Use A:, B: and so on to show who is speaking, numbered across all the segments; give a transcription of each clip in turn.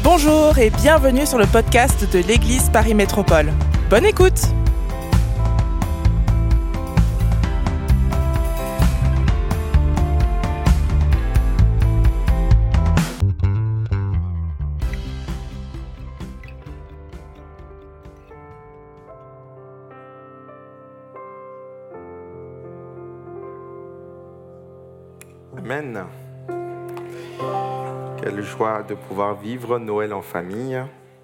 A: Bonjour et bienvenue sur le podcast de l'Église Paris Métropole. Bonne écoute!
B: Amen. Quelle joie de pouvoir vivre Noël en famille.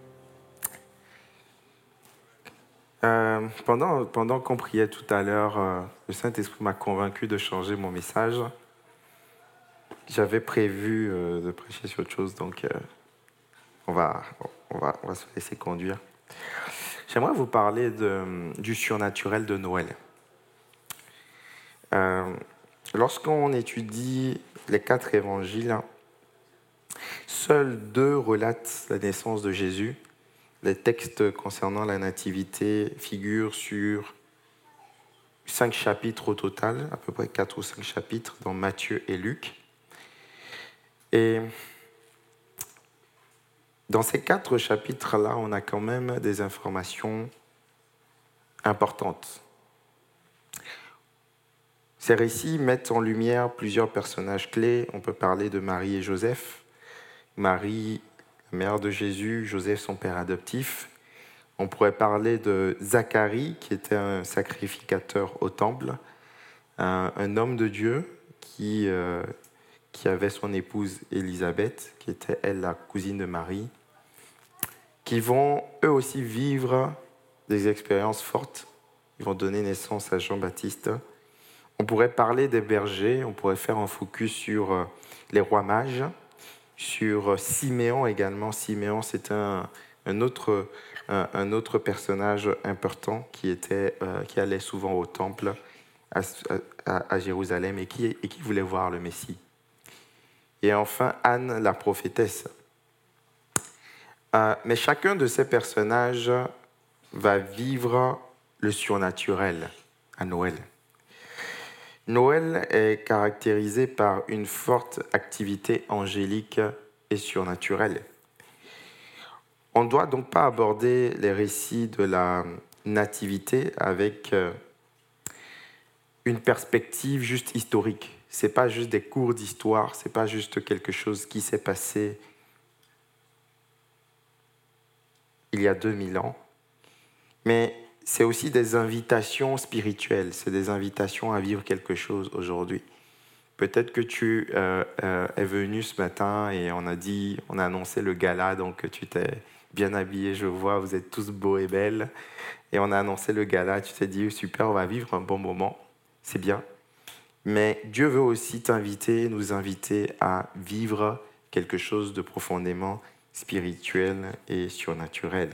B: Pendant qu'on priait tout à l'heure, le Saint-Esprit m'a convaincu de changer mon message. J'avais prévu de prêcher sur autre chose, donc on va se laisser conduire. J'aimerais vous parler du surnaturel de Noël. Lorsqu'on étudie les 4 évangiles, seuls 2 relatent la naissance de Jésus. Les textes concernant la nativité figurent sur 5 chapitres au total, à peu près 4 ou 5 chapitres dans Matthieu et Luc. Et dans ces 4 chapitres-là, on a quand même des informations importantes. Ces récits mettent en lumière plusieurs personnages clés. On peut parler de Marie et Joseph. Marie, la mère de Jésus, Joseph, son père adoptif. On pourrait parler de Zacharie, qui était un sacrificateur au temple, un homme de Dieu qui avait son épouse Élisabeth, qui était, elle, la cousine de Marie, qui vont, eux aussi, vivre des expériences fortes. Ils vont donner naissance à Jean-Baptiste. On pourrait parler des bergers, on pourrait faire un focus sur les rois mages, sur Siméon également. Siméon, c'est un autre personnage important qui allait souvent au temple à Jérusalem et qui voulait voir le Messie. Et enfin, Anne, la prophétesse. Mais chacun de ces personnages va vivre le surnaturel à Noël. Noël est caractérisé par une forte activité angélique et surnaturelle. On ne doit donc pas aborder les récits de la nativité avec une perspective juste historique. Ce n'est pas juste des cours d'histoire, ce n'est pas juste quelque chose qui s'est passé il y a 2000 ans, mais c'est aussi des invitations spirituelles, c'est des invitations à vivre quelque chose aujourd'hui. Peut-être que tu es venu ce matin et on a annoncé le gala, donc tu t'es bien habillé, je vois, vous êtes tous beaux et belles. Et on a annoncé le gala, tu t'es dit, super, on va vivre un bon moment, c'est bien. Mais Dieu veut aussi nous inviter à vivre quelque chose de profondément spirituel et surnaturel.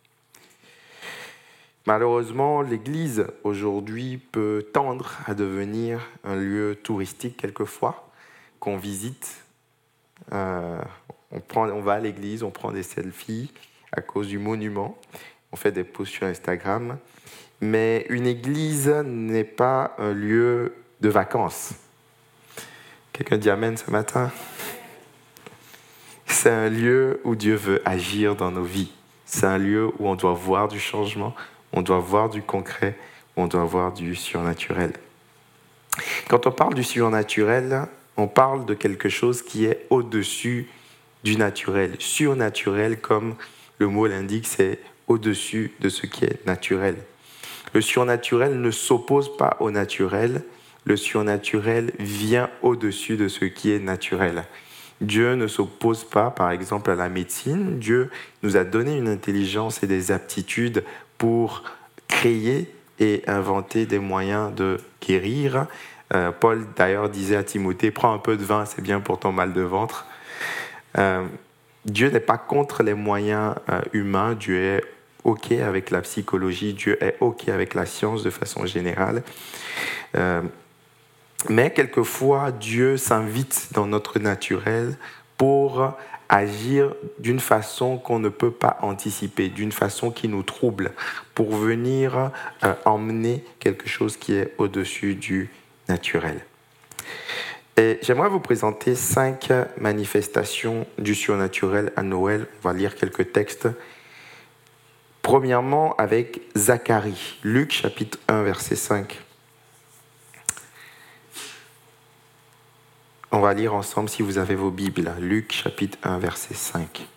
B: Malheureusement, l'Église aujourd'hui peut tendre à devenir un lieu touristique quelquefois, qu'on visite. On va à l'Église, on prend des selfies à cause du monument, on fait des posts sur Instagram. Mais une Église n'est pas un lieu de vacances. Quelqu'un dit Amen ce matin? C'est un lieu où Dieu veut agir dans nos vies. C'est un lieu où on doit voir du changement, on doit voir du concret, on doit voir du surnaturel. Quand on parle du surnaturel, on parle de quelque chose qui est au-dessus du naturel. Surnaturel, comme le mot l'indique, c'est au-dessus de ce qui est naturel. Le surnaturel ne s'oppose pas au naturel. Le surnaturel vient au-dessus de ce qui est naturel. Dieu ne s'oppose pas, par exemple, à la médecine. Dieu nous a donné une intelligence et des aptitudes pour créer et inventer des moyens de guérir. Paul, d'ailleurs, disait à Timothée, prends un peu de vin, c'est bien pour ton mal de ventre. Dieu n'est pas contre les moyens humains. Dieu est OK avec la psychologie. Dieu est OK avec la science de façon générale. Mais quelquefois, Dieu s'invite dans notre naturel pour agir d'une façon qu'on ne peut pas anticiper, d'une façon qui nous trouble, pour venir emmener quelque chose qui est au-dessus du naturel. Et j'aimerais vous présenter 5 manifestations du surnaturel à Noël. On va lire quelques textes. Premièrement, avec Zacharie, Luc chapitre 1, verset 5. On va lire ensemble si vous avez vos Bibles. Luc chapitre 1, verset 5.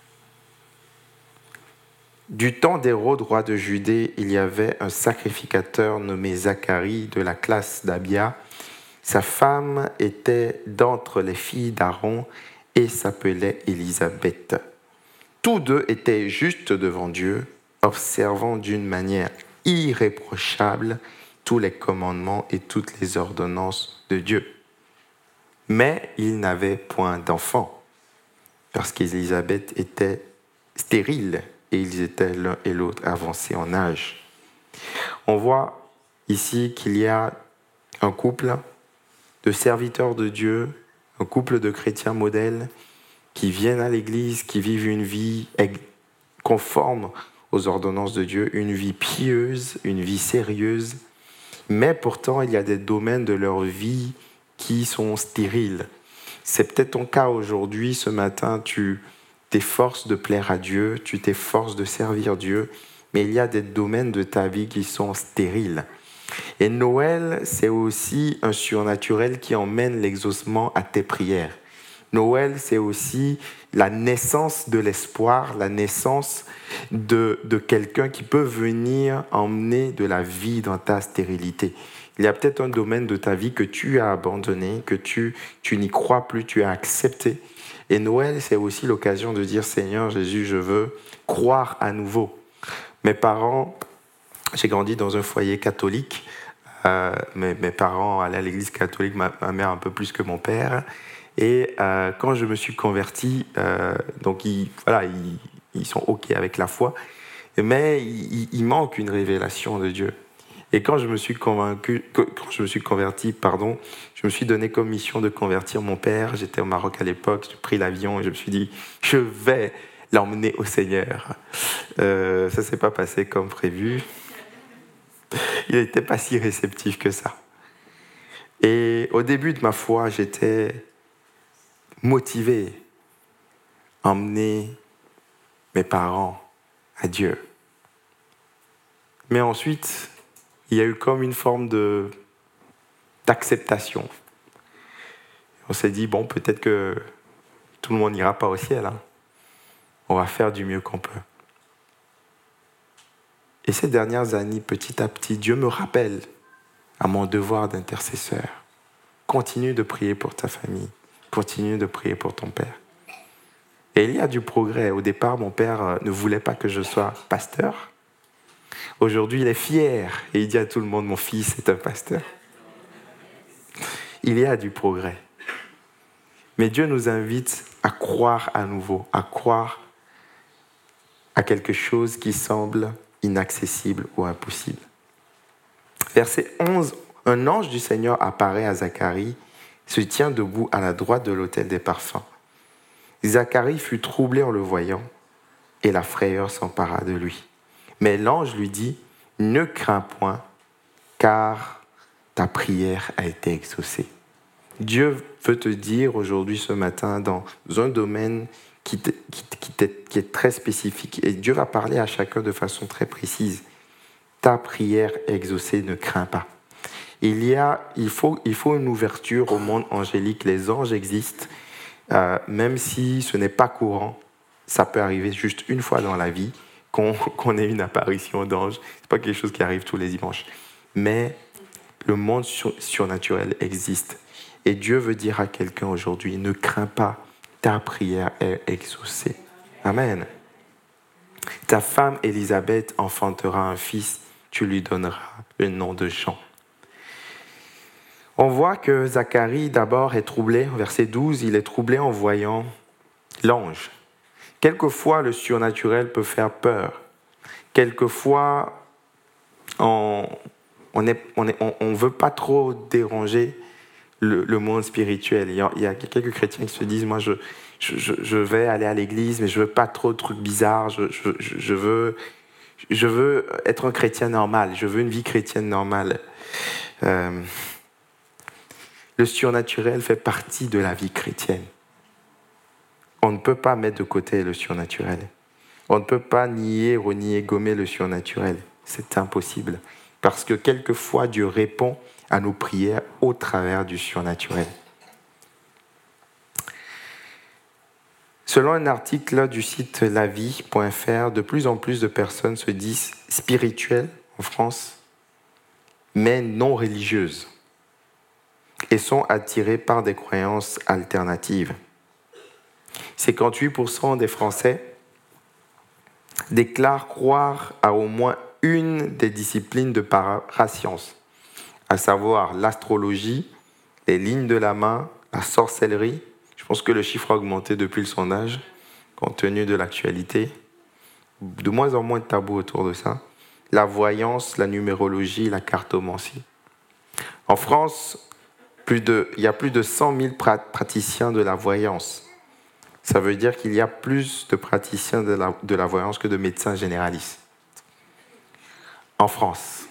B: Du temps d'Hérode, roi de Judée, il y avait un sacrificateur nommé Zacharie de la classe d'Abia. Sa femme était d'entre les filles d'Aaron et s'appelait Élisabeth. Tous deux étaient justes devant Dieu, observant d'une manière irréprochable tous les commandements et toutes les ordonnances de Dieu. Mais ils n'avaient point d'enfant, parce qu'Élisabeth était stérile et ils étaient l'un et l'autre avancés en âge. On voit ici qu'il y a un couple de serviteurs de Dieu, un couple de chrétiens modèles qui viennent à l'église, qui vivent une vie conforme aux ordonnances de Dieu, une vie pieuse, une vie sérieuse, mais pourtant il y a des domaines de leur vie qui sont stériles. C'est peut-être ton cas aujourd'hui, ce matin, tu t'efforces de plaire à Dieu, tu t'efforces de servir Dieu, mais il y a des domaines de ta vie qui sont stériles. Et Noël, c'est aussi un surnaturel qui emmène l'exaucement à tes prières. Noël, c'est aussi la naissance de l'espoir, la naissance de quelqu'un qui peut venir emmener de la vie dans ta stérilité. Il y a peut-être un domaine de ta vie que tu as abandonné, que tu n'y crois plus, tu as accepté. Et Noël, c'est aussi l'occasion de dire, Seigneur Jésus, je veux croire à nouveau. Mes parents, j'ai grandi dans un foyer catholique. Mes parents allaient à l'église catholique, ma mère un peu plus que mon père. Et quand je me suis converti, donc ils sont OK avec la foi, mais il manque une révélation de Dieu. Et quand je me suis converti, je me suis donné comme mission de convertir mon père. J'étais au Maroc à l'époque, j'ai pris l'avion et je me suis dit, je vais l'emmener au Seigneur. Ça ne s'est pas passé comme prévu. Il n'était pas si réceptif que ça. Et au début de ma foi, j'étais motivé à emmener mes parents à Dieu. Mais ensuite, il y a eu comme une forme d'acceptation. On s'est dit, bon, peut-être que tout le monde n'ira pas au ciel. On va faire du mieux qu'on peut. Et ces dernières années, petit à petit, Dieu me rappelle à mon devoir d'intercesseur. Continue de prier pour ta famille. Continue de prier pour ton père. Et il y a du progrès. Au départ, mon père ne voulait pas que je sois pasteur. Aujourd'hui, il est fier et il dit à tout le monde, mon fils est un pasteur. Il y a du progrès. Mais Dieu nous invite à croire à nouveau, à croire à quelque chose qui semble inaccessible ou impossible. Verset 11, un ange du Seigneur apparaît à Zacharie, se tient debout à la droite de l'autel des parfums. Zacharie fut troublé en le voyant et la frayeur s'empara de lui. Mais l'ange lui dit, ne crains point, car ta prière a été exaucée. Dieu veut te dire aujourd'hui, ce matin, dans un domaine qui est très spécifique, et Dieu va parler à chacun de façon très précise. Ta prière exaucée, ne crains pas. Il faut une ouverture au monde angélique. Les anges existent, même si ce n'est pas courant. Ça peut arriver juste une fois dans la vie qu'on ait une apparition d'ange. Ce n'est pas quelque chose qui arrive tous les dimanches. Mais le monde surnaturel existe. Et Dieu veut dire à quelqu'un aujourd'hui, ne crains pas, ta prière est exaucée. Amen. Ta femme Élisabeth enfantera un fils, tu lui donneras le nom de Jean. On voit que Zacharie d'abord est troublé, verset 12, il est troublé en voyant l'ange. Quelquefois, le surnaturel peut faire peur. Quelquefois, on ne veut pas trop déranger le monde spirituel. Il y a quelques chrétiens qui se disent, moi je vais aller à l'église, mais je ne veux pas trop de trucs bizarres, je veux être un chrétien normal, je veux une vie chrétienne normale. Le surnaturel fait partie de la vie chrétienne. On ne peut pas mettre de côté le surnaturel. On ne peut pas nier, renier, gommer le surnaturel. C'est impossible. Parce que quelquefois, Dieu répond à nos prières au travers du surnaturel. Selon un article du site lavie.fr, de plus en plus de personnes se disent spirituelles en France, mais non religieuses, et sont attirées par des croyances alternatives. 58% des Français déclarent croire à au moins une des disciplines de parascience, à savoir l'astrologie, les lignes de la main, la sorcellerie. Je pense que le chiffre a augmenté depuis le sondage, compte tenu de l'actualité. De moins en moins de tabous autour de ça. La voyance, la numérologie, la cartomancie. En France, il y a plus de 100 000 praticiens de la voyance. Ça veut dire qu'il y a plus de praticiens de la voyance que de médecins généralistes. En France.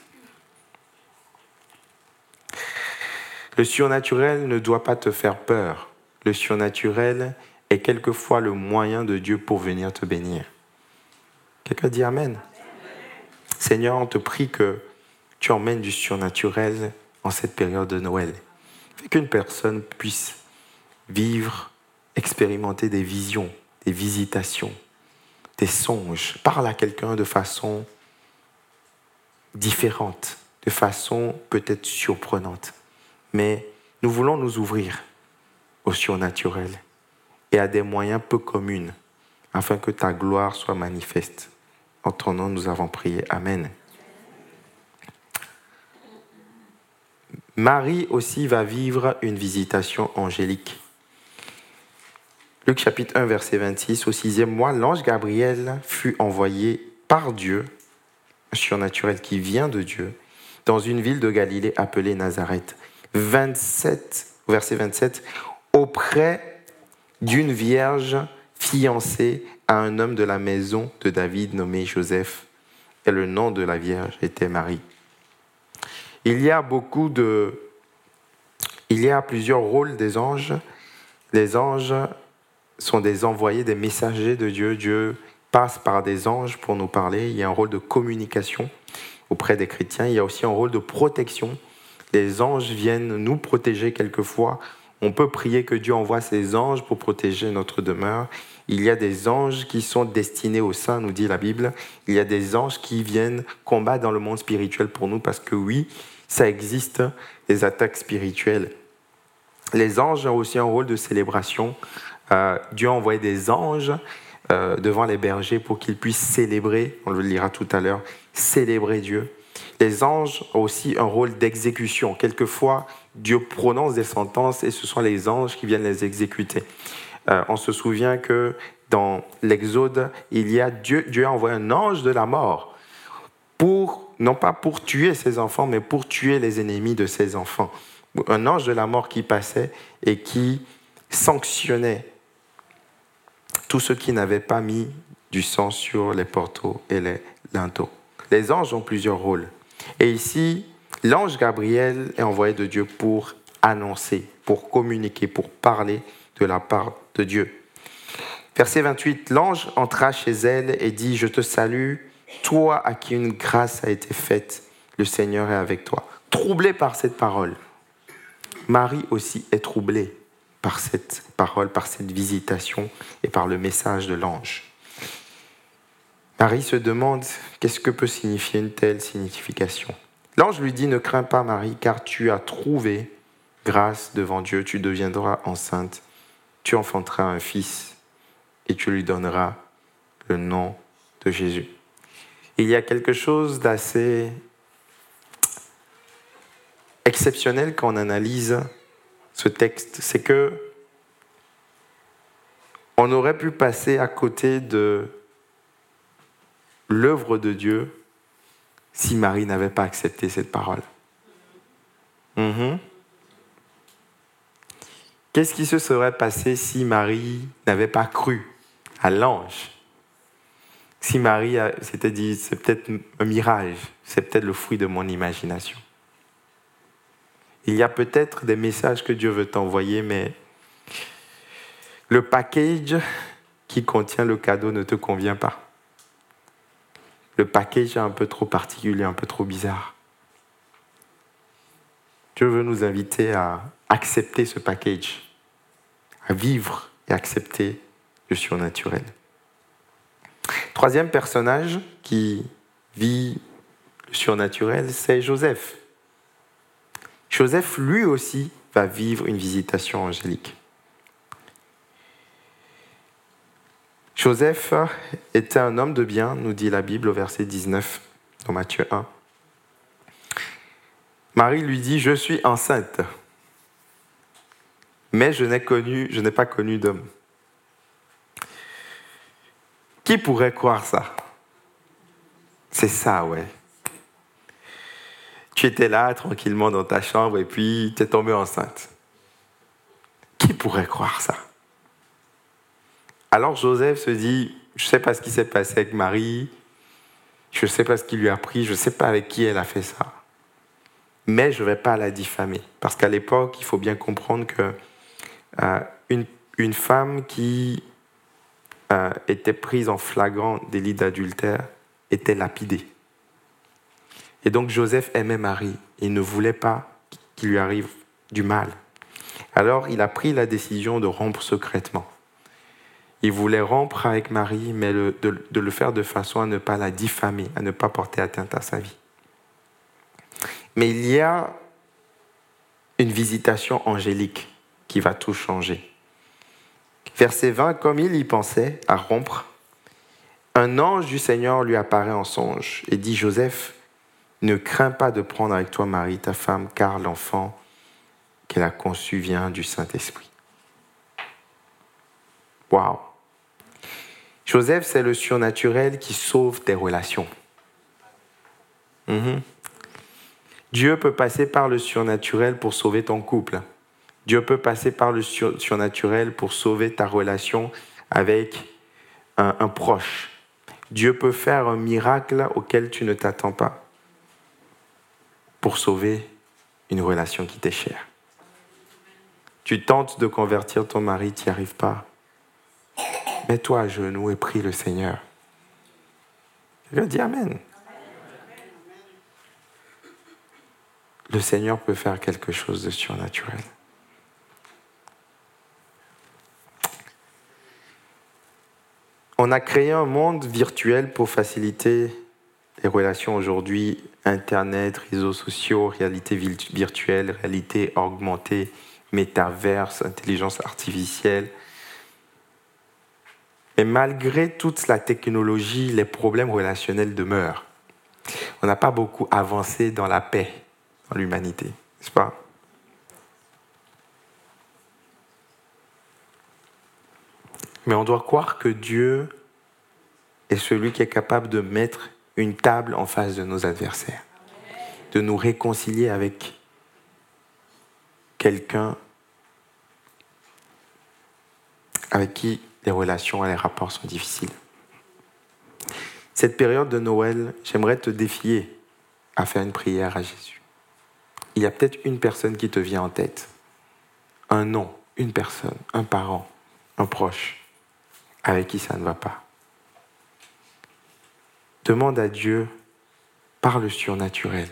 B: Le surnaturel ne doit pas te faire peur. Le surnaturel est quelquefois le moyen de Dieu pour venir te bénir. Quelqu'un dit Amen. Seigneur, on te prie que tu emmènes du surnaturel en cette période de Noël. Fait qu'une personne puisse vivre, expérimenter des visions, des visitations, des songes. Parle à quelqu'un de façon différente, de façon peut-être surprenante. Mais nous voulons nous ouvrir au surnaturel et à des moyens peu communs afin que ta gloire soit manifeste. En ton nom, nous avons prié. Amen. Marie aussi va vivre une visitation angélique. Luc chapitre 1, verset 26, au 6e mois, l'ange Gabriel fut envoyé par Dieu, un surnaturel qui vient de Dieu, dans une ville de Galilée appelée Nazareth. Verset 27, auprès d'une vierge fiancée à un homme de la maison de David nommé Joseph. Et le nom de la vierge était Marie. Il y a plusieurs rôles des anges. Les anges sont des envoyés, des messagers de Dieu. Dieu passe par des anges pour nous parler. Il y a un rôle de communication auprès des chrétiens. Il y a aussi un rôle de protection. Les anges viennent nous protéger quelquefois. On peut prier que Dieu envoie ses anges pour protéger notre demeure. Il y a des anges qui sont destinés au saint, nous dit la Bible. Il y a des anges qui viennent combattre dans le monde spirituel pour nous parce que oui, ça existe, des attaques spirituelles. Les anges ont aussi un rôle de célébration. Dieu a envoyé des anges devant les bergers pour qu'ils puissent célébrer, on le lira tout à l'heure, célébrer Dieu. Les anges ont aussi un rôle d'exécution. Quelquefois, Dieu prononce des sentences et ce sont les anges qui viennent les exécuter. On se souvient que dans l'Exode, Dieu a envoyé un ange de la mort non pas pour tuer ses enfants, mais pour tuer les ennemis de ses enfants. Un ange de la mort qui passait et qui sanctionnait tous ceux qui n'avaient pas mis du sang sur les portaux et les linteaux. Les anges ont plusieurs rôles. Et ici, l'ange Gabriel est envoyé de Dieu pour annoncer, pour communiquer, pour parler de la part de Dieu. Verset 28, l'ange entra chez elle et dit « Je te salue, toi à qui une grâce a été faite, le Seigneur est avec toi. » Troublée par cette parole, Marie aussi est troublée par cette parole, par cette visitation et par le message de l'ange. Marie se demande qu'est-ce que peut signifier une telle signification. L'ange lui dit « Ne crains pas Marie, car tu as trouvé grâce devant Dieu, tu deviendras enceinte, tu enfanteras un fils et tu lui donneras le nom de Jésus. » Il y a quelque chose d'assez exceptionnel quand on analyse ce texte, c'est que on aurait pu passer à côté de l'œuvre de Dieu si Marie n'avait pas accepté cette parole. Qu'est-ce qui se serait passé si Marie n'avait pas cru à l'ange? Si Marie s'était dit, c'est peut-être un mirage, c'est peut-être le fruit de mon imagination. Il y a peut-être des messages que Dieu veut t'envoyer, mais le package qui contient le cadeau ne te convient pas. Le package est un peu trop particulier, un peu trop bizarre. Dieu veut nous inviter à accepter ce package, à vivre et accepter le surnaturel. Troisième personnage qui vit le surnaturel, c'est Joseph. Joseph, lui aussi, va vivre une visitation angélique. Joseph était un homme de bien, nous dit la Bible au verset 19, dans Matthieu 1. Marie lui dit, « Je suis enceinte, mais je n'ai pas connu d'homme. » Qui pourrait croire ça? C'est ça, ouais. Tu étais là, tranquillement, dans ta chambre, et puis tu es tombée enceinte. Qui pourrait croire ça? Alors Joseph se dit, je ne sais pas ce qui s'est passé avec Marie, je ne sais pas ce qu'il lui a pris, je ne sais pas avec qui elle a fait ça. Mais je ne vais pas la diffamer. Parce qu'à l'époque, il faut bien comprendre qu'une femme qui était prise en flagrant délit d'adultère était lapidée. Et donc Joseph aimait Marie. Il ne voulait pas qu'il lui arrive du mal. Alors il a pris la décision de rompre secrètement. Il voulait rompre avec Marie, mais de le faire de façon à ne pas la diffamer, à ne pas porter atteinte à sa vie. Mais il y a une visitation angélique qui va tout changer. Verset 20, comme il y pensait à rompre, un ange du Seigneur lui apparaît en songe et dit, « Joseph, ne crains pas de prendre avec toi Marie, ta femme, car l'enfant qu'elle a conçu vient du Saint-Esprit. » Waouh! Joseph, c'est le surnaturel qui sauve tes relations. Dieu peut passer par le surnaturel pour sauver ton couple. Dieu peut passer par le surnaturel pour sauver ta relation avec un proche. Dieu peut faire un miracle auquel tu ne t'attends pas pour sauver une relation qui t'est chère. Tu tentes de convertir ton mari, tu n'y arrives pas. Mets-toi à genoux et prie le Seigneur. Je dis Amen. Le Seigneur peut faire quelque chose de surnaturel. On a créé un monde virtuel pour faciliter les relations aujourd'hui. Internet, réseaux sociaux, réalité virtuelle, réalité augmentée, métaverse, intelligence artificielle. Et malgré toute la technologie, les problèmes relationnels demeurent. On n'a pas beaucoup avancé dans la paix, dans l'humanité, n'est-ce pas? Mais on doit croire que Dieu est celui qui est capable de mettre une table en face de nos adversaires, de nous réconcilier avec quelqu'un avec qui les relations et les rapports sont difficiles. Cette période de Noël, j'aimerais te défier à faire une prière à Jésus. Il y a peut-être une personne qui te vient en tête. Un nom, une personne, un parent, un proche, avec qui ça ne va pas. Demande à Dieu, par le surnaturel,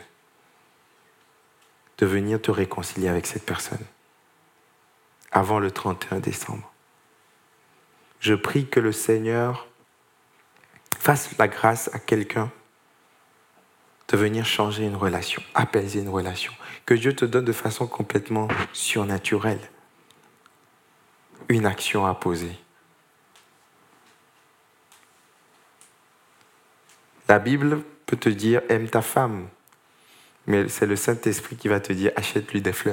B: de venir te réconcilier avec cette personne avant le 31 décembre. Je prie que le Seigneur fasse la grâce à quelqu'un de venir changer une relation, apaiser une relation. Que Dieu te donne de façon complètement surnaturelle une action à poser. La Bible peut te dire « aime ta femme », mais c'est le Saint-Esprit qui va te dire « achète-lui des fleurs ».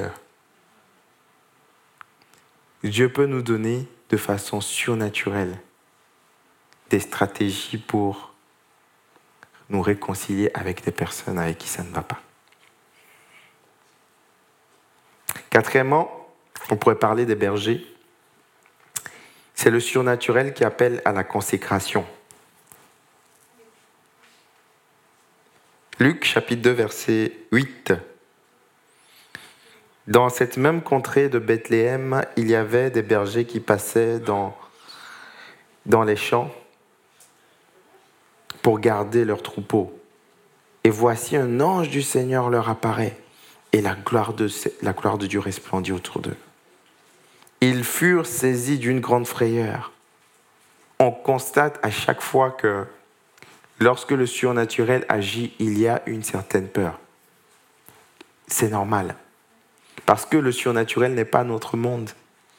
B: Dieu peut nous donner de façon surnaturelle des stratégies pour nous réconcilier avec des personnes avec qui ça ne va pas. Quatrièmement, on pourrait parler des bergers. C'est le surnaturel qui appelle à la consécration. Luc, chapitre 2, verset 8. Dans cette même contrée de Bethléem, il y avait des bergers qui passaient dans les champs pour garder leurs troupeaux. Et voici un ange du Seigneur leur apparaît, et la gloire de Dieu resplendit autour d'eux. Ils furent saisis d'une grande frayeur. On constate à chaque fois que lorsque le surnaturel agit, il y a une certaine peur. C'est normal, parce que le surnaturel n'est pas notre monde.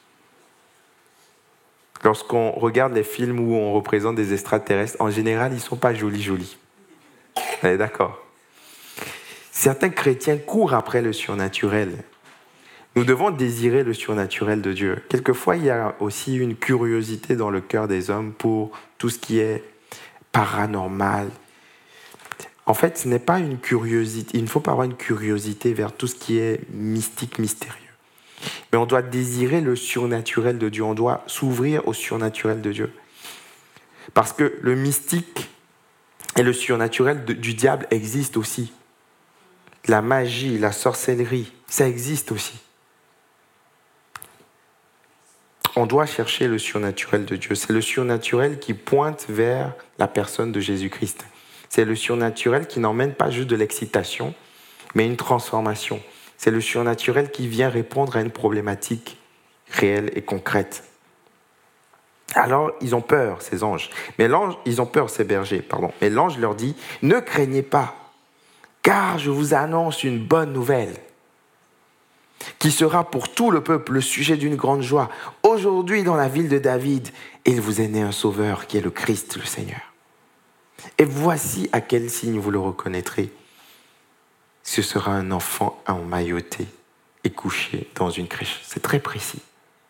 B: Lorsqu'on regarde les films où on représente des extraterrestres, en général, ils ne sont pas jolis. Vous êtes d'accord? Certains chrétiens courent après le surnaturel. Nous devons désirer le surnaturel de Dieu. Quelquefois, il y a aussi une curiosité dans le cœur des hommes pour tout ce qui est paranormal. En fait, ce n'est pas une curiosité. Il ne faut pas avoir une curiosité vers tout ce qui est mystique, mystérieux. Mais on doit désirer le surnaturel de Dieu. On doit s'ouvrir au surnaturel de Dieu. Parce que le mystique et le surnaturel du diable existent aussi. La magie, la sorcellerie, ça existe aussi. On doit chercher le surnaturel de Dieu. C'est le surnaturel qui pointe vers la personne de Jésus-Christ. C'est le surnaturel qui n'emmène pas juste de l'excitation, mais une transformation. C'est le surnaturel qui vient répondre à une problématique réelle et concrète. Alors, ils ont peur, ces anges. Ils ont peur, ces bergers, pardon. Mais l'ange leur dit, « Ne craignez pas, car je vous annonce une bonne nouvelle, qui sera pour tout le peuple le sujet d'une grande joie. Aujourd'hui, dans la ville de David, il vous est né un sauveur qui est le Christ, le Seigneur. Et voici à quel signe vous le reconnaîtrez. Ce sera un enfant emmailloté et couché dans une crèche. » C'est très précis.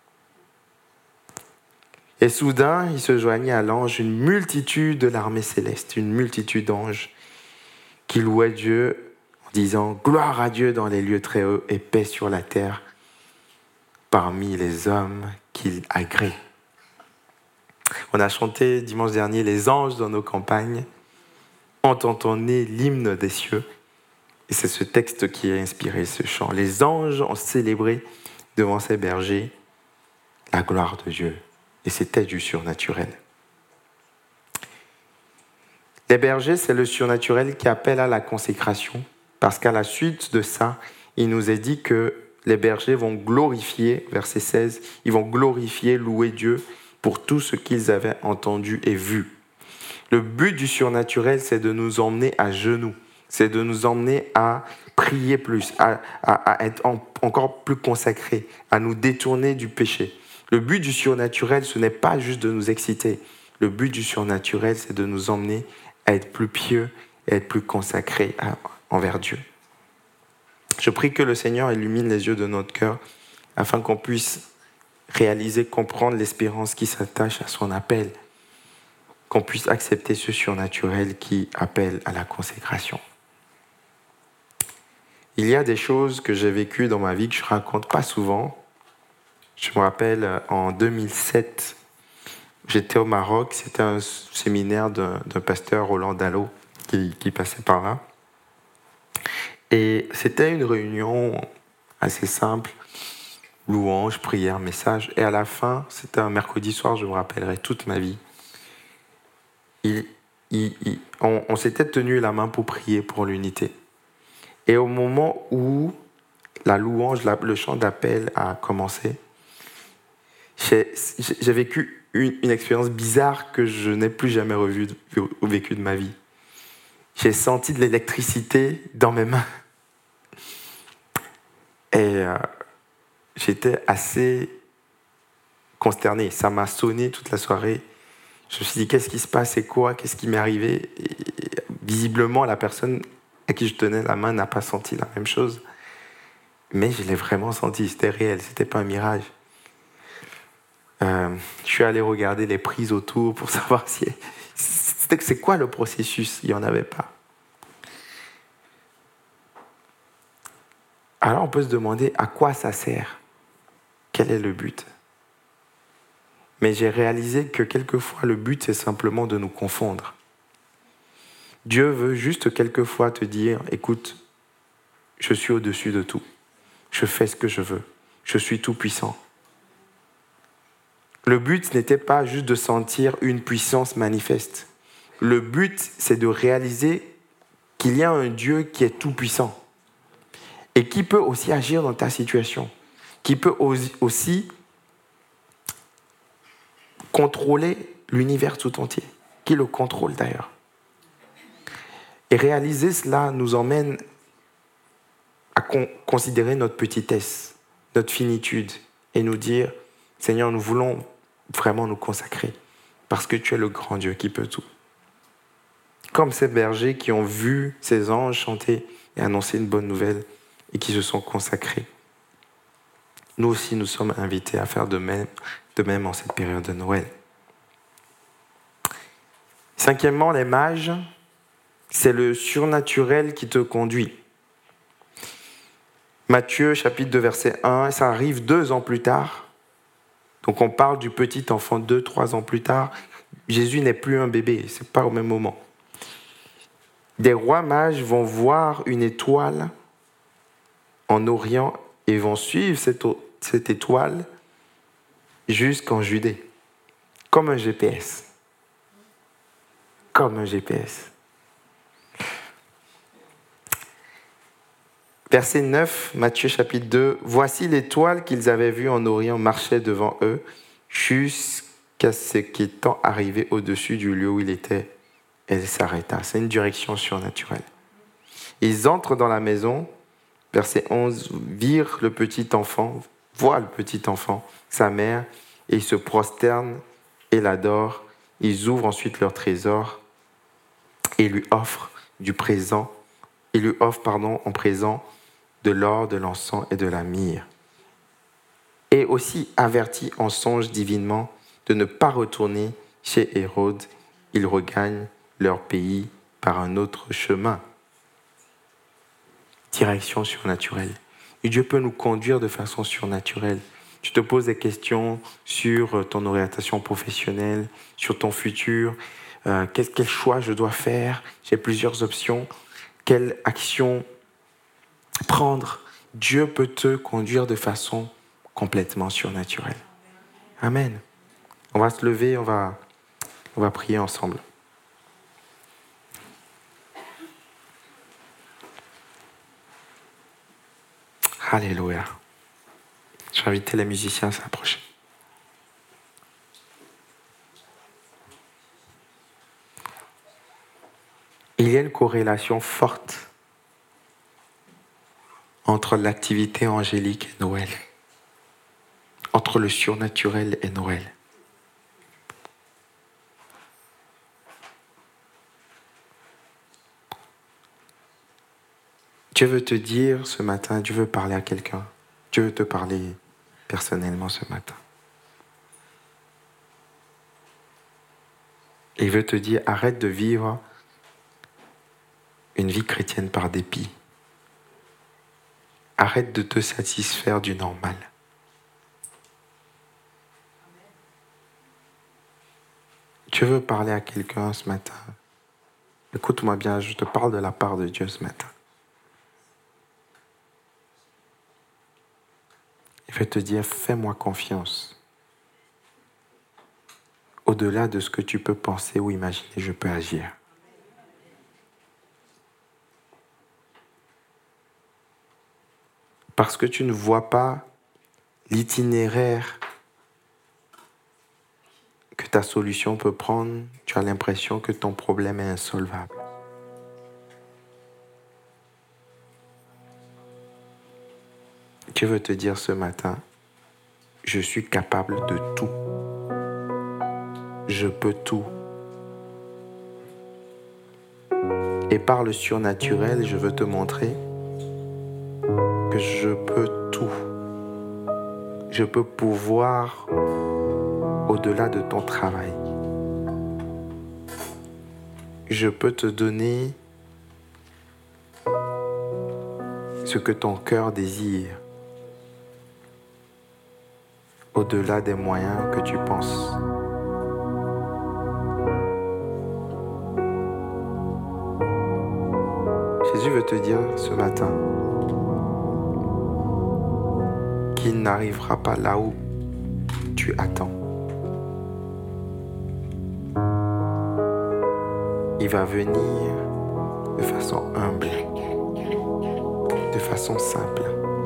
B: Et soudain, il se joignit à l'ange une multitude de l'armée céleste, une multitude d'anges qui louaient Dieu en disant « Gloire à Dieu dans les lieux très hauts et paix sur la terre parmi les hommes qu'il agrée. » On a chanté dimanche dernier « Les anges dans nos campagnes ont entonné l'hymne des cieux ». Et c'est ce texte qui a inspiré ce chant. Les anges ont célébré devant ces bergers la gloire de Dieu. Et c'était du surnaturel. Les bergers, c'est le surnaturel qui appelle à la consécration. Parce qu'à la suite de ça, il nous est dit que les bergers vont glorifier, verset 16, ils vont glorifier, louer Dieu pour tout ce qu'ils avaient entendu et vu. Le but du surnaturel, c'est de nous emmener à genoux. C'est de nous emmener à prier plus, à être encore plus consacrés, à nous détourner du péché. Le but du surnaturel, ce n'est pas juste de nous exciter. Le but du surnaturel, c'est de nous emmener à être plus pieux et à être plus consacrés envers Dieu. Je prie que le Seigneur illumine les yeux de notre cœur afin qu'on puisse réaliser, comprendre l'espérance qui s'attache à son appel, qu'on puisse accepter ce surnaturel qui appelle à la consécration. Il y a des choses que j'ai vécues dans ma vie que je ne raconte pas souvent. Je me rappelle, en 2007, j'étais au Maroc. C'était un séminaire d'un pasteur, Roland Dallot, qui passait par là. Et c'était une réunion assez simple, louange, prière, message. Et à la fin, c'était un mercredi soir, je me rappellerai toute ma vie. On s'était tenu la main pour prier pour l'unité. Et au moment où la louange, le chant d'appel a commencé, j'ai vécu une expérience bizarre que je n'ai plus jamais vécue de ma vie. J'ai senti de l'électricité dans mes mains. Et j'étais assez consterné. Ça m'a sonné toute la soirée. Je me suis dit, qu'est-ce qui se passe? C'est quoi? Qu'est-ce qui m'est arrivé? Et visiblement, la personne à qui je tenais la main n'a pas senti la même chose. Mais je l'ai vraiment senti. C'était réel. C'était pas un mirage. Je suis allé regarder les prises autour pour savoir si... C'est quoi le processus? Il n'y en avait pas. Alors on peut se demander à quoi ça sert? Quel est le but? Mais j'ai réalisé que quelquefois le but c'est simplement de nous confondre. Dieu veut juste quelquefois te dire, écoute, je suis au-dessus de tout. Je fais ce que je veux. Je suis tout puissant. Le but n'était pas juste de sentir une puissance manifeste. Le but, c'est de réaliser qu'il y a un Dieu qui est tout puissant et qui peut aussi agir dans ta situation, qui peut aussi contrôler l'univers tout entier, qui le contrôle d'ailleurs. Et réaliser cela nous emmène à considérer notre petitesse, notre finitude, et nous dire, Seigneur, nous voulons vraiment nous consacrer, parce que tu es le grand Dieu qui peut tout. Comme ces bergers qui ont vu ces anges chanter et annoncer une bonne nouvelle, et qui se sont consacrés. Nous aussi, nous sommes invités à faire de même en cette période de Noël. Cinquièmement, les mages, c'est le surnaturel qui te conduit. Matthieu, chapitre 2, verset 1, ça arrive 2 ans plus tard. Donc on parle du petit enfant 2-3 ans plus tard. Jésus n'est plus un bébé, ce n'est pas au même moment. Des rois mages vont voir une étoile en Orient et vont suivre cette étoile jusqu'en Judée, comme un GPS. Comme un GPS. Verset 9, Matthieu chapitre 2. « Voici l'étoile qu'ils avaient vue en Orient marchait devant eux jusqu'à ce qu'étant arrivé au-dessus du lieu où il était, elle s'arrêta. » C'est une direction surnaturelle. Ils entrent dans la maison, verset 11, voient le petit enfant, sa mère, et ils se prosternent et l'adorent. Ils ouvrent ensuite leur trésor et lui offrent en présent de l'or, de l'encens et de la myrrhe. Et aussi avertis en songe divinement de ne pas retourner chez Hérode, ils regagnent leur pays par un autre chemin. Direction surnaturelle. Et Dieu peut nous conduire de façon surnaturelle. Tu te poses des questions sur ton orientation professionnelle, sur ton futur, quel choix je dois faire, j'ai plusieurs options, quelle action prendre. Dieu peut te conduire de façon complètement surnaturelle. Amen. On va se lever, on va prier ensemble. Alléluia. Je vais inviter les musiciens à s'approcher. Il y a une corrélation forte entre l'activité angélique et Noël, entre le surnaturel et Noël. Dieu veut te dire ce matin, Dieu veut parler à quelqu'un, Dieu veut te parler personnellement ce matin. Il veut te dire, arrête de vivre une vie chrétienne par dépit. Arrête de te satisfaire du normal. Dieu veut parler à quelqu'un ce matin. Écoute-moi bien, je te parle de la part de Dieu ce matin. Il veut te dire, fais-moi confiance. Au-delà de ce que tu peux penser ou imaginer, je peux agir. Parce que tu ne vois pas l'itinéraire que ta solution peut prendre, tu as l'impression que ton problème est insolvable. Dieu veut te dire ce matin, je suis capable de tout. Je peux tout. Et par le surnaturel, je veux te montrer que je peux tout. Je peux pouvoir au-delà de ton travail. Je peux te donner ce que ton cœur désire, au-delà des moyens que tu penses. Jésus veut te dire ce matin, qu'il n'arrivera pas là où tu attends. Il va venir de façon humble, de façon simple.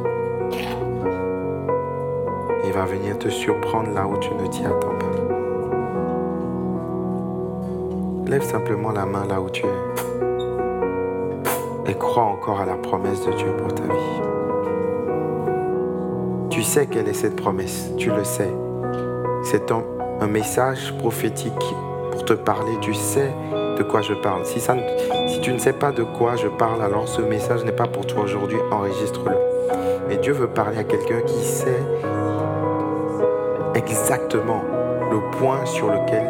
B: Il va venir te surprendre là où tu ne t'y attends pas. Lève simplement la main là où tu es et crois encore à la promesse de Dieu pour ta vie. Tu sais quelle est cette promesse, tu le sais. C'est un message prophétique pour te parler, tu sais de quoi je parle. Si tu ne sais pas de quoi je parle, alors ce message n'est pas pour toi aujourd'hui, enregistre-le. Mais Dieu veut parler à quelqu'un qui sait exactement le point sur lequel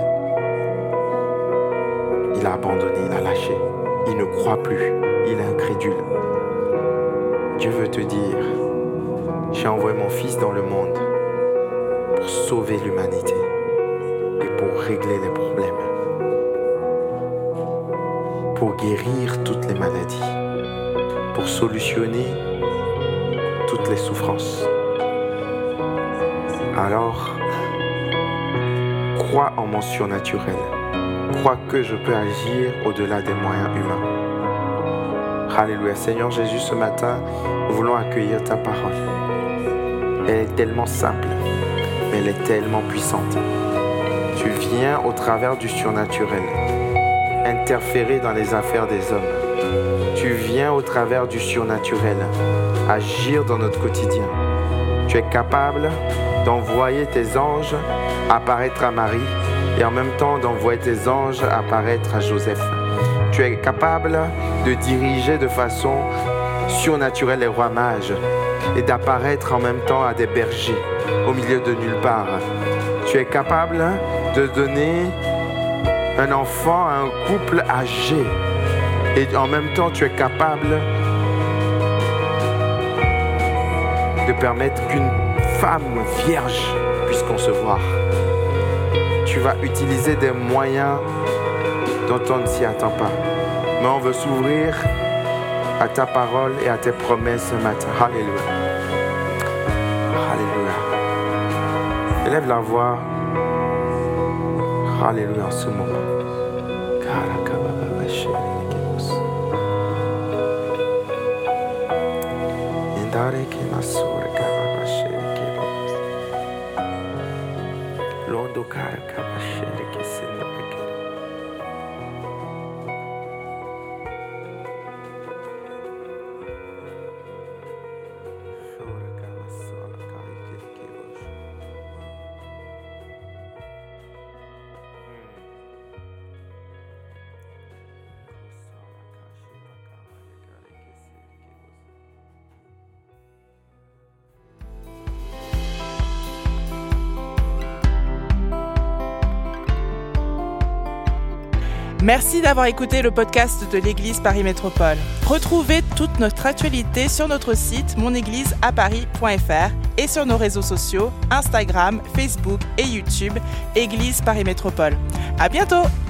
B: il a abandonné, il a lâché. Il ne croit plus, il est incrédule. Dieu veut te dire, j'ai envoyé mon Fils dans le monde pour sauver l'humanité et pour régler les problèmes, pour guérir toutes les maladies, pour solutionner toutes les souffrances. Alors, crois en mon surnaturel. Crois que je peux agir au-delà des moyens humains. Alléluia. Seigneur Jésus, ce matin, nous voulons accueillir ta parole. Elle est tellement simple, mais elle est tellement puissante. Tu viens au travers du surnaturel interférer dans les affaires des hommes. Tu viens au travers du surnaturel agir dans notre quotidien. Tu es capable d'envoyer tes anges apparaître à Marie et en même temps d'envoyer tes anges apparaître à Joseph. Tu es capable de diriger de façon surnaturelle les rois mages et d'apparaître en même temps à des bergers au milieu de nulle part. Tu es capable de donner un enfant à un couple âgé et en même temps tu es capable de permettre qu'une femme vierge puisse concevoir. Tu vas utiliser des moyens dont on ne s'y attend pas. Mais on veut s'ouvrir à ta parole et à tes promesses ce matin. Alléluia. Alléluia. Élève la voix. Alléluia en ce moment.
A: Merci d'avoir écouté le podcast de l'Église Paris Métropole. Retrouvez toute notre actualité sur notre site monégliseaparis.fr et sur nos réseaux sociaux Instagram, Facebook et YouTube, Église Paris Métropole. À bientôt!